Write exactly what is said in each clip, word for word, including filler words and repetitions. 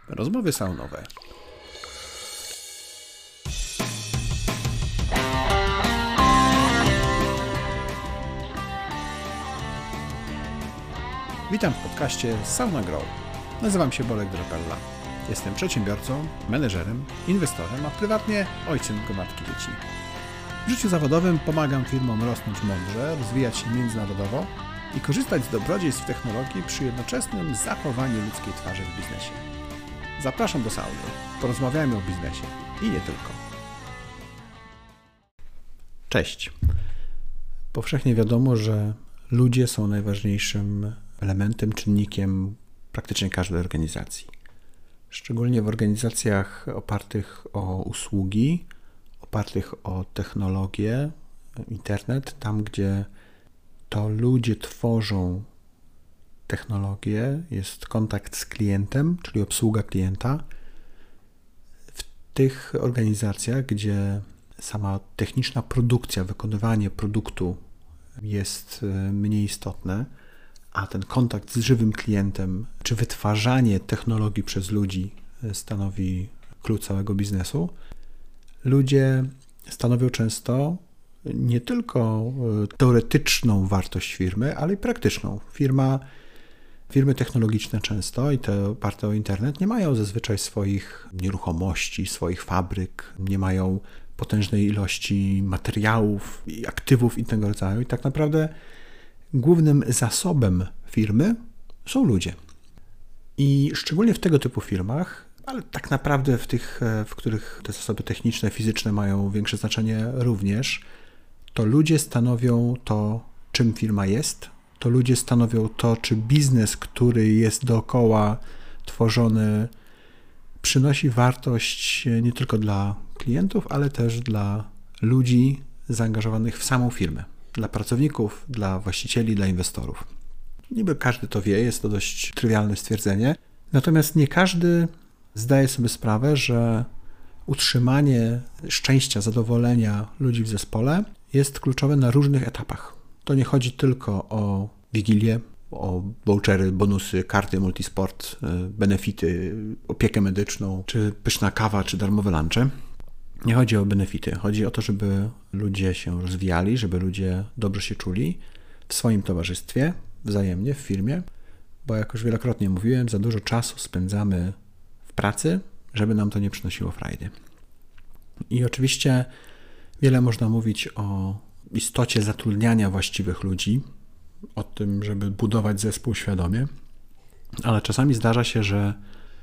Rozmowy saunowe. Witam w podcaście Sauna Grow. Nazywam się Bolek Drapella. Jestem przedsiębiorcą, menedżerem, inwestorem, a prywatnie ojcem gromadki dzieci. W życiu zawodowym pomagam firmom rosnąć mądrze, rozwijać się międzynarodowo i korzystać z dobrodziejstw technologii przy jednoczesnym zachowaniu ludzkiej twarzy w biznesie. Zapraszam do sauny. Porozmawiajmy o biznesie i nie tylko. Cześć. Powszechnie wiadomo, że ludzie są najważniejszym elementem, czynnikiem praktycznie każdej organizacji. Szczególnie w organizacjach opartych o usługi, opartych o technologię, internet, tam gdzie to ludzie tworzą technologię, jest kontakt z klientem, czyli obsługa klienta. W tych organizacjach, gdzie sama techniczna produkcja, wykonywanie produktu jest mniej istotne, a ten kontakt z żywym klientem, czy wytwarzanie technologii przez ludzi stanowi klucz całego biznesu, ludzie stanowią często nie tylko teoretyczną wartość firmy, ale i praktyczną. Firma, firmy technologiczne często i te oparte o internet nie mają zazwyczaj swoich nieruchomości, swoich fabryk, nie mają potężnej ilości materiałów i aktywów innego rodzaju i tak naprawdę głównym zasobem firmy są ludzie. I szczególnie w tego typu firmach, ale tak naprawdę w tych, w których te zasoby techniczne, fizyczne mają większe znaczenie również, to ludzie stanowią to, czym firma jest, to ludzie stanowią to, czy biznes, który jest dookoła tworzony, przynosi wartość nie tylko dla klientów, ale też dla ludzi zaangażowanych w samą firmę, dla pracowników, dla właścicieli, dla inwestorów. Niby każdy to wie, jest to dość trywialne stwierdzenie, natomiast nie każdy zdaje sobie sprawę, że utrzymanie szczęścia, zadowolenia ludzi w zespole jest kluczowe na różnych etapach. To nie chodzi tylko o wigilię, o vouchery, bonusy, karty multisport, benefity, opiekę medyczną, czy pyszna kawa, czy darmowe lunche. Nie chodzi o benefity. Chodzi o to, żeby ludzie się rozwijali, żeby ludzie dobrze się czuli w swoim towarzystwie, wzajemnie, w firmie, bo jak już wielokrotnie mówiłem, za dużo czasu spędzamy w pracy, żeby nam to nie przynosiło frajdy. I oczywiście wiele można mówić o istocie zatrudniania właściwych ludzi, o tym, żeby budować zespół świadomie, ale czasami zdarza się, że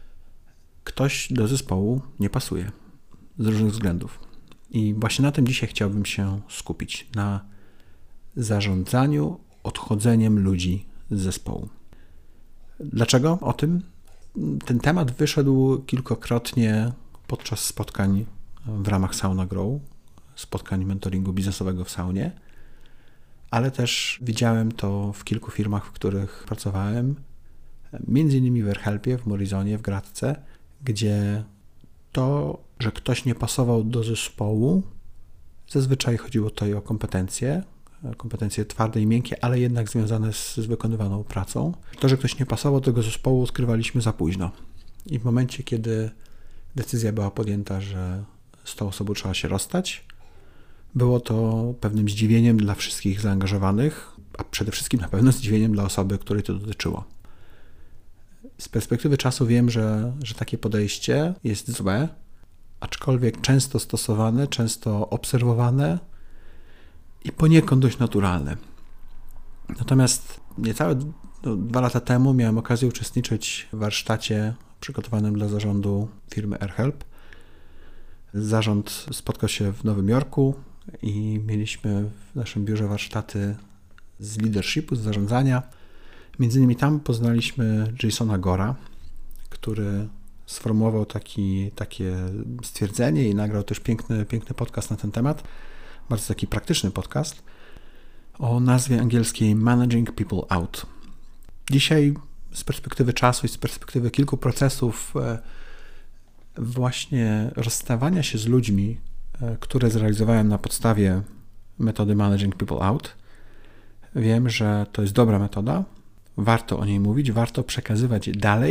ktoś do zespołu nie pasuje z różnych względów. I właśnie na tym dzisiaj chciałbym się skupić, na zarządzaniu odchodzeniem ludzi z zespołu. Dlaczego o tym? Ten temat wyszedł kilkakrotnie podczas spotkań w ramach Sauna Grow, spotkań mentoringu biznesowego w saunie, ale też widziałem to w kilku firmach, w których pracowałem, między innymi w AirHelpie, w Morizonie, w Gradce, gdzie to, że ktoś nie pasował do zespołu, zazwyczaj chodziło tutaj o kompetencje, kompetencje twarde i miękkie, ale jednak związane z, z wykonywaną pracą. To, że ktoś nie pasował do tego zespołu, odkrywaliśmy za późno. I w momencie, kiedy decyzja była podjęta, że z tą osobą trzeba się rozstać, było to pewnym zdziwieniem dla wszystkich zaangażowanych, a przede wszystkim na pewno zdziwieniem dla osoby, której to dotyczyło. Z perspektywy czasu wiem, że, że takie podejście jest złe, aczkolwiek często stosowane, często obserwowane i poniekąd dość naturalne. Natomiast niecałe no, dwa lata temu miałem okazję uczestniczyć w warsztacie przygotowanym dla zarządu firmy AirHelp. Zarząd spotkał się w Nowym Jorku i mieliśmy w naszym biurze warsztaty z leadershipu, z zarządzania. Między innymi tam poznaliśmy Jasona Gora, który sformułował taki, takie stwierdzenie i nagrał też piękny, piękny podcast na ten temat, bardzo taki praktyczny podcast o nazwie angielskiej Managing People Out. Dzisiaj z perspektywy czasu i z perspektywy kilku procesów właśnie rozstawania się z ludźmi, które zrealizowałem na podstawie metody Managing People Out, wiem, że to jest dobra metoda, warto o niej mówić, warto przekazywać dalej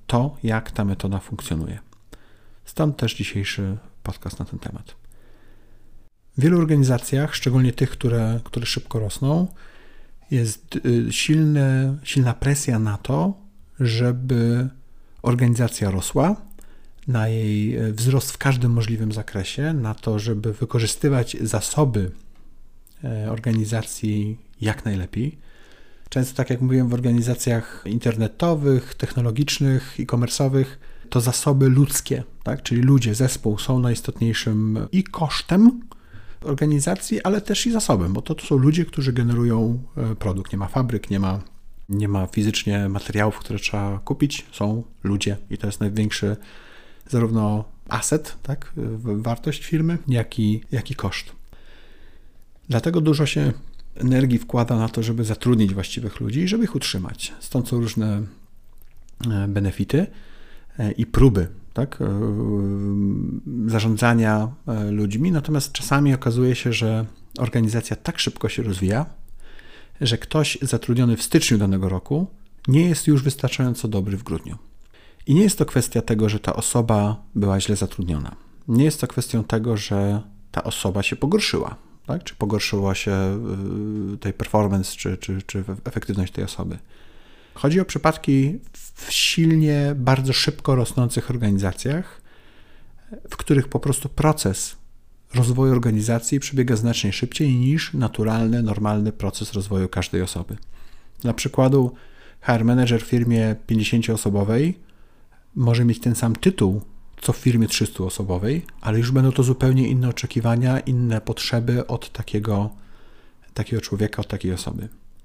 to, jak ta metoda funkcjonuje. Stąd też dzisiejszy podcast na ten temat. W wielu organizacjach, szczególnie tych, które, które szybko rosną, jest silne, silna presja na to, żeby organizacja rosła, na jej wzrost w każdym możliwym zakresie, na to, żeby wykorzystywać zasoby organizacji jak najlepiej. Często, tak jak mówiłem, w organizacjach internetowych, technologicznych, e-commerce'owych, to zasoby ludzkie, tak? Czyli ludzie, zespół są najistotniejszym i kosztem organizacji, ale też i zasobem, bo to, to są ludzie, którzy generują produkt. Nie ma fabryk, nie ma, nie ma fizycznie materiałów, które trzeba kupić, są ludzie i to jest największy zarówno aset, tak? Wartość firmy, jak i, jak i koszt. Dlatego dużo się energii wkłada na to, żeby zatrudnić właściwych ludzi i żeby ich utrzymać. Stąd są różne benefity i próby, tak, zarządzania ludźmi, natomiast czasami okazuje się, że organizacja tak szybko się rozwija, że ktoś zatrudniony w styczniu danego roku nie jest już wystarczająco dobry w grudniu. I nie jest to kwestia tego, że ta osoba była źle zatrudniona. Nie jest to kwestią tego, że ta osoba się pogorszyła, tak? Czy pogorszyła się tej performance, czy, czy, czy efektywność tej osoby. Chodzi o przypadki w silnie, bardzo szybko rosnących organizacjach, w których po prostu proces rozwoju organizacji przebiega znacznie szybciej niż naturalny, normalny proces rozwoju każdej osoby. Dla przykładu H R manager w firmie pięćdziesięcioosobowej może mieć ten sam tytuł, co w firmie trzystuosobowej, ale już będą to zupełnie inne oczekiwania, inne potrzeby od takiego, takiego człowieka, od takiej osoby.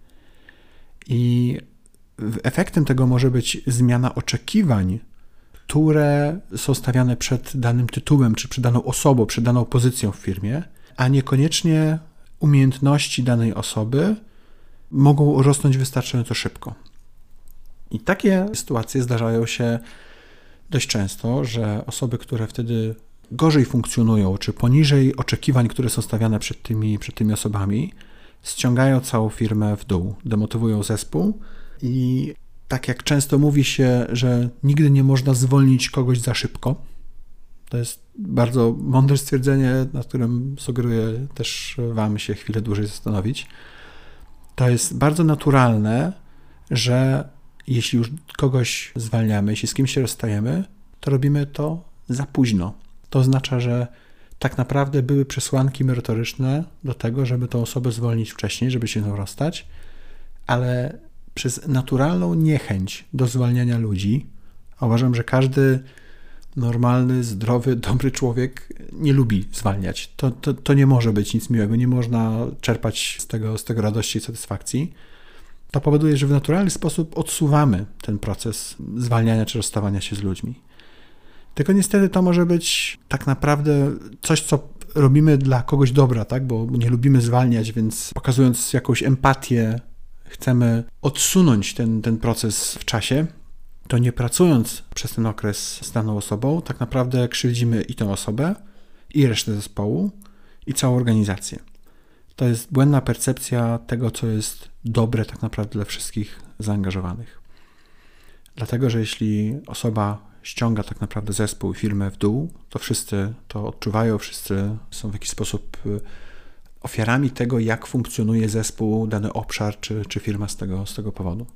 I efektem tego może być zmiana oczekiwań, które są stawiane przed danym tytułem, czy przed daną osobą, przed daną pozycją w firmie, a niekoniecznie umiejętności danej osoby mogą rosnąć wystarczająco szybko. I takie sytuacje zdarzają się dość często, że osoby, które wtedy gorzej funkcjonują, czy poniżej oczekiwań, które są stawiane przed tymi, przed tymi osobami, ściągają całą firmę w dół, demotywują zespół i tak jak często mówi się, że nigdy nie można zwolnić kogoś za szybko. To jest bardzo mądre stwierdzenie, nad którym sugeruję też Wam się chwilę dłużej zastanowić. To jest bardzo naturalne, że jeśli już kogoś zwalniamy, jeśli z kimś się rozstajemy, to robimy to za późno. To oznacza, że tak naprawdę były przesłanki merytoryczne do tego, żeby tą osobę zwolnić wcześniej, żeby się z nią rozstać, ale przez naturalną niechęć do zwalniania ludzi, a uważam, że każdy normalny, zdrowy, dobry człowiek nie lubi zwalniać. To, to, to nie może być nic miłego, nie można czerpać z tego, z tego radości i satysfakcji. To powoduje, że w naturalny sposób odsuwamy ten proces zwalniania czy rozstawania się z ludźmi. Tylko niestety to może być tak naprawdę coś, co robimy dla kogoś dobra, tak? Bo nie lubimy zwalniać, więc pokazując jakąś empatię, chcemy odsunąć ten, ten proces w czasie, to nie pracując przez ten okres z daną osobą, tak naprawdę krzywdzimy i tę osobę, i resztę zespołu, i całą organizację. To jest błędna percepcja tego, co jest dobre tak naprawdę dla wszystkich zaangażowanych. Dlatego, że jeśli osoba ściąga tak naprawdę zespół i firmę w dół, to wszyscy to odczuwają, wszyscy są w jakiś sposób ofiarami tego, jak funkcjonuje zespół, dany obszar czy, czy firma z tego, z tego powodu.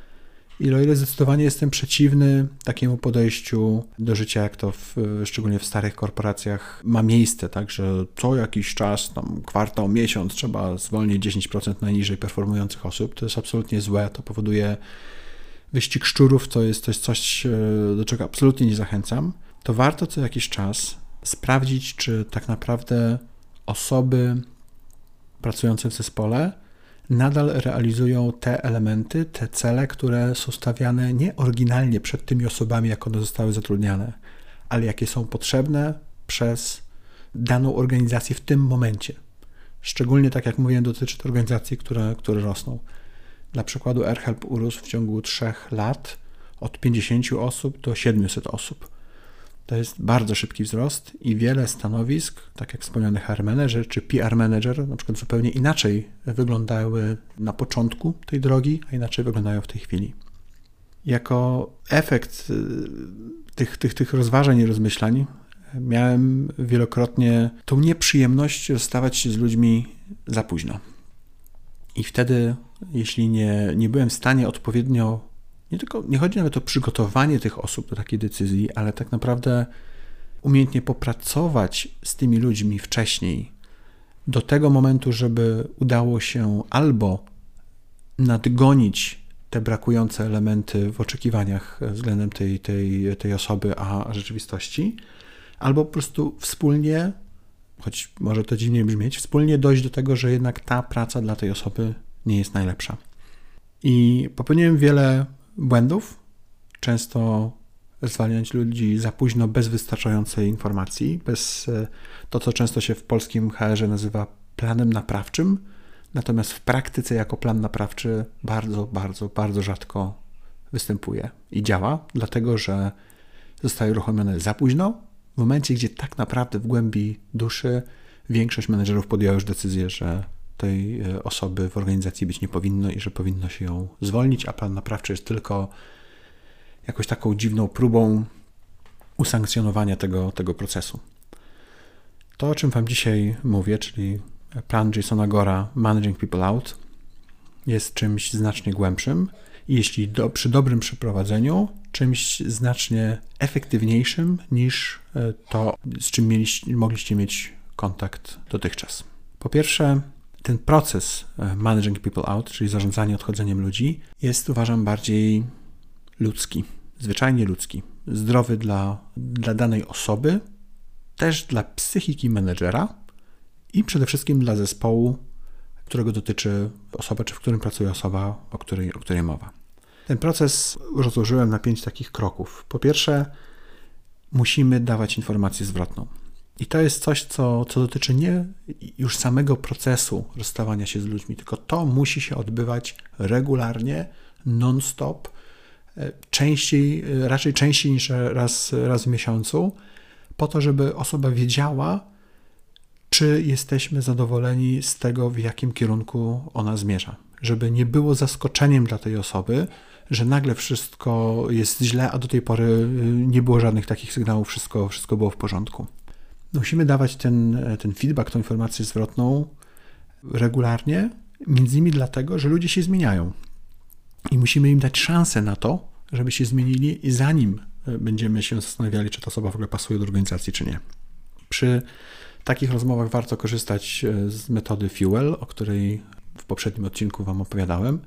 I o ile zdecydowanie jestem przeciwny takiemu podejściu do życia, jak to w, szczególnie w starych korporacjach ma miejsce, tak, że co jakiś czas, tam kwartał, miesiąc trzeba zwolnić dziesięć procent najniżej performujących osób, to jest absolutnie złe, to powoduje wyścig szczurów, to jest, to jest coś, do czego absolutnie nie zachęcam, to warto co jakiś czas sprawdzić, czy tak naprawdę osoby pracujące w zespole nadal realizują te elementy, te cele, które są stawiane nie oryginalnie przed tymi osobami, jak one zostały zatrudniane, ale jakie są potrzebne przez daną organizację w tym momencie. Szczególnie, tak jak mówiłem, dotyczy to organizacji, które, które rosną. Dla przykładu AirHelp urósł w ciągu trzech lat od pięćdziesięciu osób do siedmiuset osób. To jest bardzo szybki wzrost i wiele stanowisk, tak jak wspomniany H R manager czy P R manager, na przykład zupełnie inaczej wyglądały na początku tej drogi, a inaczej wyglądają w tej chwili. Jako efekt tych, tych, tych rozważań i rozmyślań miałem wielokrotnie tą nieprzyjemność rozstawać się z ludźmi za późno. I wtedy, jeśli nie, nie byłem w stanie odpowiednio, nie tylko, nie chodzi nawet o przygotowanie tych osób do takiej decyzji, ale tak naprawdę umiejętnie popracować z tymi ludźmi wcześniej, do tego momentu, żeby udało się albo nadgonić te brakujące elementy w oczekiwaniach względem tej, tej, tej osoby, a rzeczywistości, albo po prostu wspólnie, choć może to dziwnie brzmieć, wspólnie dojść do tego, że jednak ta praca dla tej osoby nie jest najlepsza. I popełniłem wiele błędów, często zwalniać ludzi za późno, bez wystarczającej informacji, bez to, co często się w polskim H R-ze nazywa planem naprawczym, natomiast w praktyce jako plan naprawczy bardzo, bardzo, bardzo rzadko występuje i działa, dlatego że zostaje uruchomione za późno, w momencie, gdzie tak naprawdę w głębi duszy większość menedżerów podjęła już decyzję, że tej osoby w organizacji być nie powinno i że powinno się ją zwolnić, a plan naprawczy jest tylko jakąś taką dziwną próbą usankcjonowania tego, tego procesu. To, o czym Wam dzisiaj mówię, czyli plan Jasona Gora Managing People Out, jest czymś znacznie głębszym i jeśli do, przy dobrym przeprowadzeniu, czymś znacznie efektywniejszym niż to, z czym mieliście, mogliście mieć kontakt dotychczas. Po pierwsze, ten proces Managing People Out, czyli zarządzanie odchodzeniem ludzi, jest, uważam, bardziej ludzki, zwyczajnie ludzki, zdrowy dla, dla danej osoby, też dla psychiki menedżera i przede wszystkim dla zespołu, którego dotyczy osoba, czy w którym pracuje osoba, o której, o której mowa. Ten proces rozłożyłem na pięć takich kroków. Po pierwsze, musimy dawać informację zwrotną. I to jest coś, co, co dotyczy nie już samego procesu rozstawania się z ludźmi, tylko to musi się odbywać regularnie, non-stop, częściej, raczej częściej niż raz, raz w miesiącu, po to, żeby osoba wiedziała, czy jesteśmy zadowoleni z tego, w jakim kierunku ona zmierza. Żeby nie było zaskoczeniem dla tej osoby, że nagle wszystko jest źle, a do tej pory nie było żadnych takich sygnałów, wszystko, wszystko było w porządku. Musimy dawać ten, ten feedback, tą informację zwrotną regularnie, między innymi dlatego, że ludzie się zmieniają. I musimy im dać szansę na to, żeby się zmienili, i zanim będziemy się zastanawiali, czy ta osoba w ogóle pasuje do organizacji, czy nie. Przy takich rozmowach warto korzystać z metody Fuel, o której w poprzednim odcinku Wam opowiadałem.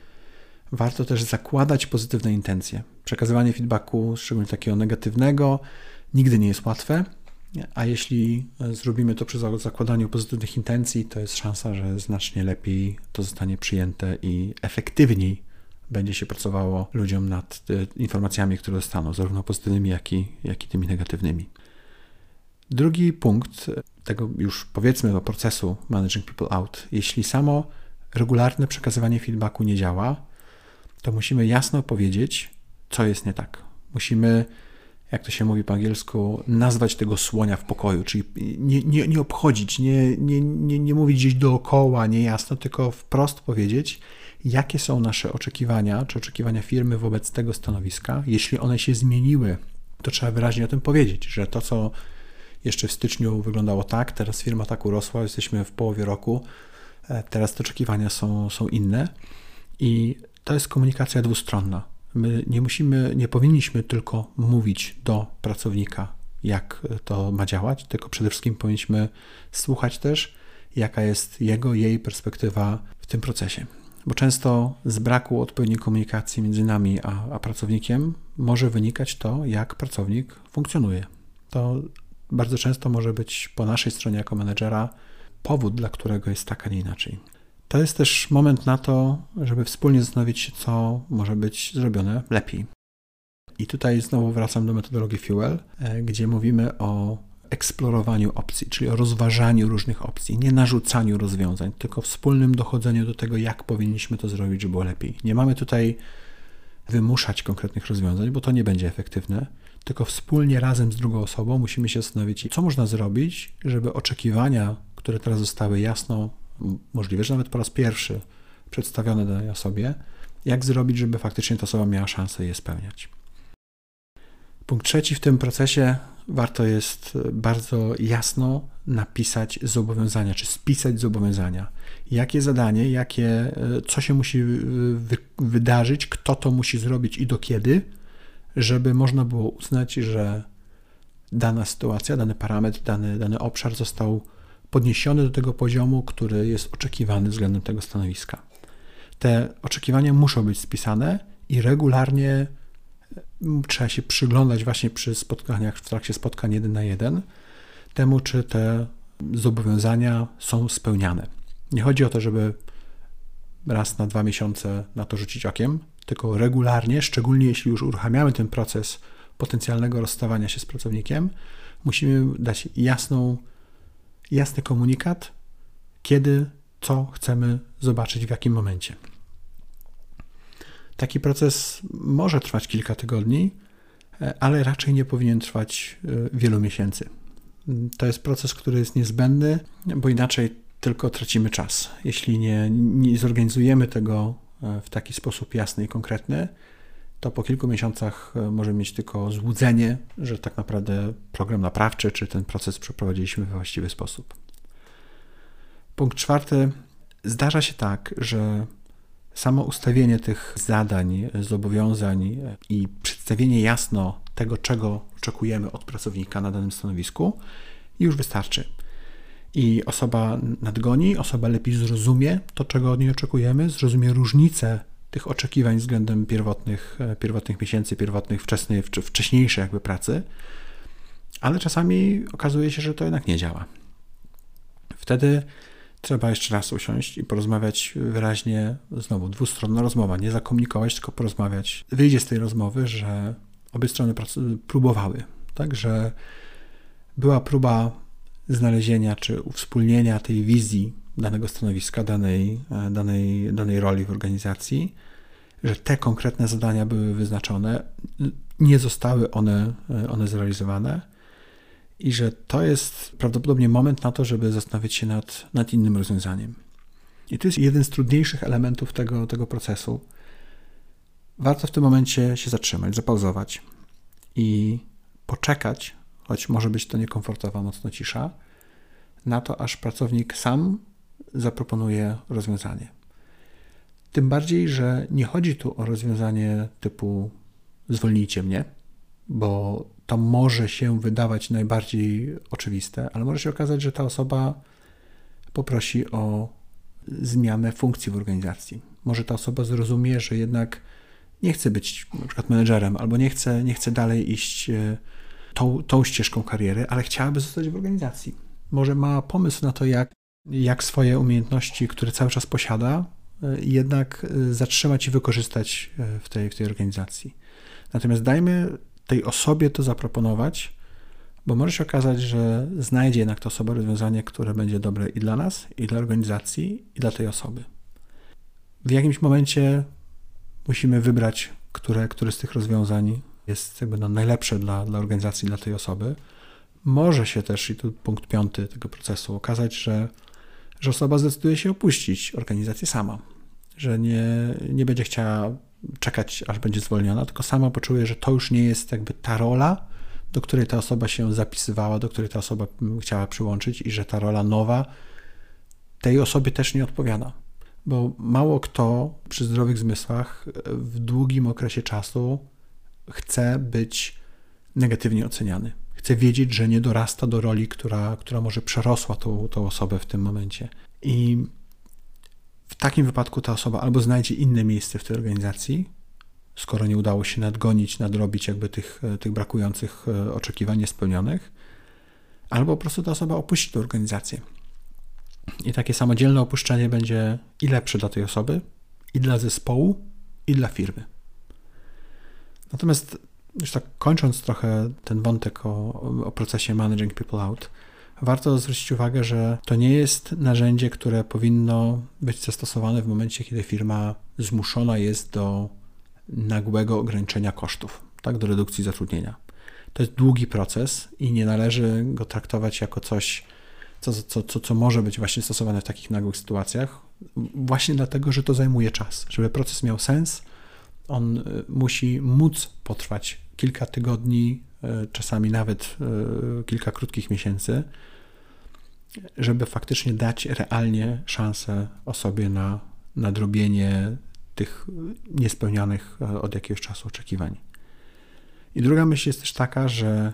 Warto też zakładać pozytywne intencje. Przekazywanie feedbacku, szczególnie takiego negatywnego, nigdy nie jest łatwe, a jeśli zrobimy to przy zakładaniu pozytywnych intencji, to jest szansa, że znacznie lepiej to zostanie przyjęte i efektywniej będzie się pracowało ludziom nad informacjami, które dostaną, zarówno pozytywnymi, jak i, jak i tymi negatywnymi. Drugi punkt tego już, powiedzmy, procesu Managing People Out. Jeśli samo regularne przekazywanie feedbacku nie działa, to musimy jasno powiedzieć, co jest nie tak. Musimy, jak to się mówi po angielsku, nazwać tego słonia w pokoju, czyli nie, nie, nie obchodzić, nie, nie, nie, nie mówić gdzieś dookoła, niejasno, tylko wprost powiedzieć, jakie są nasze oczekiwania, czy oczekiwania firmy wobec tego stanowiska. Jeśli one się zmieniły, to trzeba wyraźnie o tym powiedzieć, że to, co jeszcze w styczniu wyglądało tak, teraz firma tak urosła, jesteśmy w połowie roku, teraz te oczekiwania są, są inne i to jest komunikacja dwustronna. My nie musimy, nie powinniśmy tylko mówić do pracownika, jak to ma działać, tylko przede wszystkim powinniśmy słuchać też, jaka jest jego, jej perspektywa w tym procesie. Bo często z braku odpowiedniej komunikacji między nami a, a pracownikiem może wynikać to, jak pracownik funkcjonuje. To bardzo często może być po naszej stronie jako menedżera powód, dla którego jest tak, a nie inaczej. To jest też moment na to, żeby wspólnie zastanowić się, co może być zrobione lepiej. I tutaj znowu wracam do metodologii Fuel, gdzie mówimy o eksplorowaniu opcji, czyli o rozważaniu różnych opcji, nie narzucaniu rozwiązań, tylko wspólnym dochodzeniu do tego, jak powinniśmy to zrobić, żeby było lepiej. Nie mamy tutaj wymuszać konkretnych rozwiązań, bo to nie będzie efektywne, tylko wspólnie razem z drugą osobą musimy się zastanowić, co można zrobić, żeby oczekiwania, które teraz zostały jasno, możliwe, że nawet po raz pierwszy przedstawione danej osobie, jak zrobić, żeby faktycznie ta osoba miała szansę je spełniać. Punkt trzeci, w tym procesie warto jest bardzo jasno napisać zobowiązania, czy spisać zobowiązania. Jakie zadanie, jakie, co się musi wy, wydarzyć, kto to musi zrobić i do kiedy, żeby można było uznać, że dana sytuacja, dany parametr, dany, dany obszar został podniesiony do tego poziomu, który jest oczekiwany względem tego stanowiska. Te oczekiwania muszą być spisane i regularnie trzeba się przyglądać właśnie przy spotkaniach, w trakcie spotkań jeden na jeden temu, czy te zobowiązania są spełniane. Nie chodzi o to, żeby raz na dwa miesiące na to rzucić okiem, tylko regularnie, szczególnie jeśli już uruchamiamy ten proces potencjalnego rozstawania się z pracownikiem, musimy dać jasną, jasny komunikat, kiedy, co chcemy zobaczyć, w jakim momencie. Taki proces może trwać kilka tygodni, ale raczej nie powinien trwać wielu miesięcy. To jest proces, który jest niezbędny, bo inaczej tylko tracimy czas. Jeśli nie, nie zorganizujemy tego w taki sposób jasny i konkretny, to po kilku miesiącach możemy mieć tylko złudzenie, że tak naprawdę program naprawczy czy ten proces przeprowadziliśmy we właściwy sposób. Punkt czwarty. Zdarza się tak, że samo ustawienie tych zadań, zobowiązań i przedstawienie jasno tego, czego oczekujemy od pracownika na danym stanowisku, już wystarczy. I osoba nadgoni, osoba lepiej zrozumie to, czego od niej oczekujemy, zrozumie różnicę tych oczekiwań względem pierwotnych, pierwotnych miesięcy, pierwotnych, wczesnej, wcześniejszej jakby pracy, ale czasami okazuje się, że to jednak nie działa. Wtedy trzeba jeszcze raz usiąść i porozmawiać wyraźnie, znowu dwustronna rozmowa, nie zakomunikować, tylko porozmawiać. Wyjdzie z tej rozmowy, że obie strony próbowały, tak, że była próba znalezienia czy uwspólnienia tej wizji danego stanowiska, danej, danej, danej roli w organizacji, że te konkretne zadania były wyznaczone, nie zostały one, one zrealizowane i że to jest prawdopodobnie moment na to, żeby zastanowić się nad, nad innym rozwiązaniem. I to jest jeden z trudniejszych elementów tego, tego procesu. Warto w tym momencie się zatrzymać, zapauzować i poczekać, choć może być to niekomfortowa mocno cisza, na to, aż pracownik sam zaproponuje rozwiązanie. Tym bardziej, że nie chodzi tu o rozwiązanie typu zwolnijcie mnie, bo to może się wydawać najbardziej oczywiste, ale może się okazać, że ta osoba poprosi o zmianę funkcji w organizacji. Może ta osoba zrozumie, że jednak nie chce być na przykład menedżerem albo nie chce, nie chce dalej iść tą, tą ścieżką kariery, ale chciałaby zostać w organizacji. Może ma pomysł na to, jak, jak swoje umiejętności, które cały czas posiada, jednak zatrzymać i wykorzystać w tej, w tej organizacji. Natomiast dajmy tej osobie to zaproponować, bo może się okazać, że znajdzie jednak ta osoba rozwiązanie, które będzie dobre i dla nas, i dla organizacji, i dla tej osoby. W jakimś momencie musimy wybrać, które, które z tych rozwiązań jest jakby no najlepsze dla, dla organizacji, dla tej osoby. Może się też, i tu punkt piąty tego procesu, okazać, że, że osoba zdecyduje się opuścić organizację sama, że nie, nie będzie chciała czekać, aż będzie zwolniona, tylko sama poczuje, że to już nie jest jakby ta rola, do której ta osoba się zapisywała, do której ta osoba chciała przyłączyć i że ta rola nowa tej osobie też nie odpowiada. Bo mało kto przy zdrowych zmysłach w długim okresie czasu chce być negatywnie oceniany. Chce wiedzieć, że nie dorasta do roli, która, która może przerosła tą, tą osobę w tym momencie. I w takim wypadku ta osoba albo znajdzie inne miejsce w tej organizacji, skoro nie udało się nadgonić, nadrobić jakby tych, tych brakujących oczekiwań niespełnionych, albo po prostu ta osoba opuści tę organizację. I takie samodzielne opuszczenie będzie i lepsze dla tej osoby, i dla zespołu, i dla firmy. Natomiast już tak kończąc trochę ten wątek o, o procesie Managing People Out, warto zwrócić uwagę, że to nie jest narzędzie, które powinno być zastosowane w momencie, kiedy firma zmuszona jest do nagłego ograniczenia kosztów, tak, do redukcji zatrudnienia. To jest długi proces i nie należy go traktować jako coś, co, co, co, co może być właśnie stosowane w takich nagłych sytuacjach, właśnie dlatego, że to zajmuje czas. Żeby proces miał sens, on musi móc potrwać kilka tygodni, czasami nawet kilka krótkich miesięcy, żeby faktycznie dać realnie szansę osobie na nadrobienie tych niespełnianych od jakiegoś czasu oczekiwań. I druga myśl jest też taka, że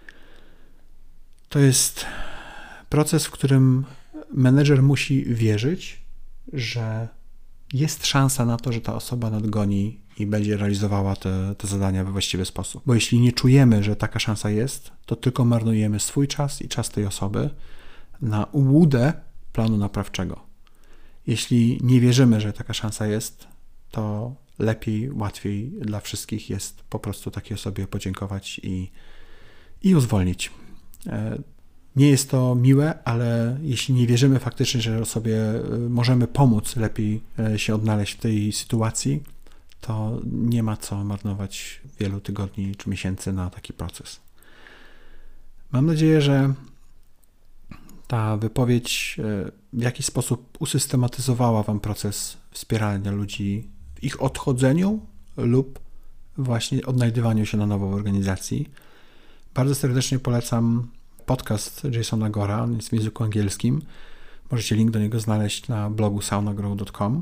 to jest proces, w którym menedżer musi wierzyć, że jest szansa na to, że ta osoba nadgoni i będzie realizowała te, te zadania we właściwy sposób. Bo jeśli nie czujemy, że taka szansa jest, to tylko marnujemy swój czas i czas tej osoby na ułudę planu naprawczego. Jeśli nie wierzymy, że taka szansa jest, to lepiej, łatwiej dla wszystkich jest po prostu takiej osobie podziękować i, i ją zwolnić. Nie jest to miłe, ale jeśli nie wierzymy faktycznie, że sobie możemy pomóc lepiej się odnaleźć w tej sytuacji, to nie ma co marnować wielu tygodni czy miesięcy na taki proces. Mam nadzieję, że ta wypowiedź w jakiś sposób usystematyzowała Wam proces wspierania ludzi w ich odchodzeniu lub właśnie odnajdywaniu się na nowo w organizacji. Bardzo serdecznie polecam podcast Jasona Gora, on jest w języku angielskim. Możecie link do niego znaleźć na blogu saunagrow kropka com.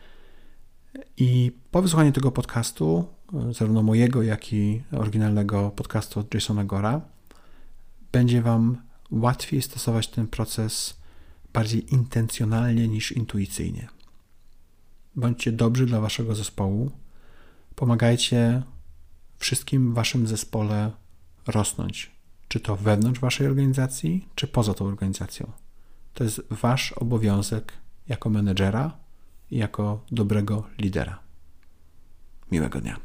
I po wysłuchaniu tego podcastu, zarówno mojego, jak i oryginalnego podcastu od Jasona Gora, będzie Wam łatwiej stosować ten proces bardziej intencjonalnie niż intuicyjnie. Bądźcie dobrzy dla Waszego zespołu. Pomagajcie wszystkim w Waszym zespole rosnąć. Czy to wewnątrz Waszej organizacji, czy poza tą organizacją. To jest Wasz obowiązek jako menedżera i jako dobrego lidera. Miłego dnia.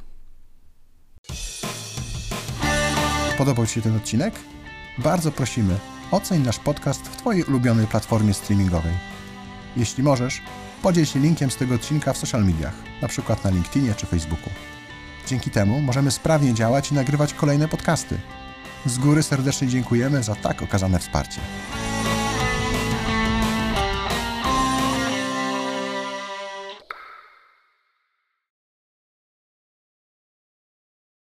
Podobał Ci się ten odcinek? Bardzo prosimy, oceń nasz podcast w Twojej ulubionej platformie streamingowej. Jeśli możesz, podziel się linkiem z tego odcinka w social mediach, na przykład na LinkedInie czy Facebooku. Dzięki temu możemy sprawnie działać i nagrywać kolejne podcasty. Z góry serdecznie dziękujemy za tak okazane wsparcie.